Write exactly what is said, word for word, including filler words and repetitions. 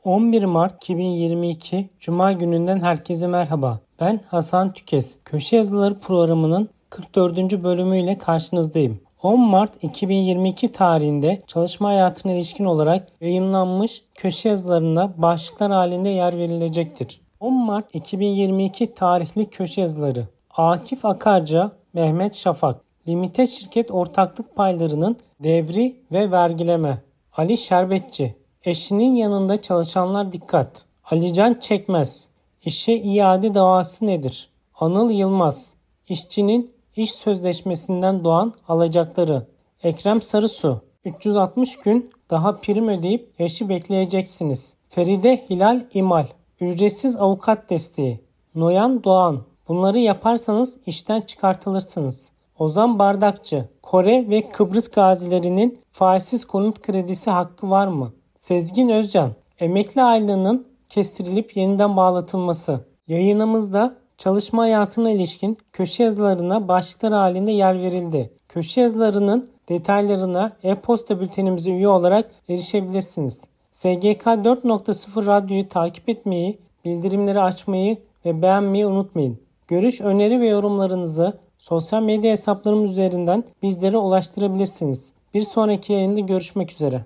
on bir Mart iki bin yirmi iki Cuma gününden herkese merhaba. Ben Hasan Tükes. Köşe Yazıları programının kırk dördüncü bölümüyle karşınızdayım. on Mart iki bin yirmi iki tarihinde çalışma hayatına ilişkin olarak yayınlanmış köşe yazılarına başlıklar halinde yer verilecektir. on Mart iki bin yirmi iki tarihli köşe yazıları. Akif Akarca, Mehmet Şafak. Limited şirket ortaklık paylarının devri ve vergileme. Ali Şerbetçi. Eşinin yanında çalışanlar dikkat. Alican Çekmez. İşe iade davası nedir? Anıl Yılmaz. İşçinin iş sözleşmesinden doğan alacakları. Ekrem Sarısu. üç yüz altmış gün daha prim ödeyip yaşı bekleyeceksiniz. Feride Hilal İmal. Ücretsiz avukat desteği. Noyan Doğan. Bunları yaparsanız işten çıkartılırsınız. Ozan Bardakçı. Kore ve Kıbrıs gazilerinin faizsiz konut kredisi hakkı var mı? Sezgin Özcan. Emekli aylığının kestirilip yeniden bağlatılması. Yayınımızda çalışma hayatına ilişkin köşe yazılarına başlıklar halinde yer verildi. Köşe yazılarının detaylarına e-posta bültenimize üye olarak erişebilirsiniz. S G K dört nokta sıfır radyoyu takip etmeyi, bildirimleri açmayı ve beğenmeyi unutmayın. Görüş, öneri ve yorumlarınızı sosyal medya hesaplarımız üzerinden bizlere ulaştırabilirsiniz. Bir sonraki yayında görüşmek üzere.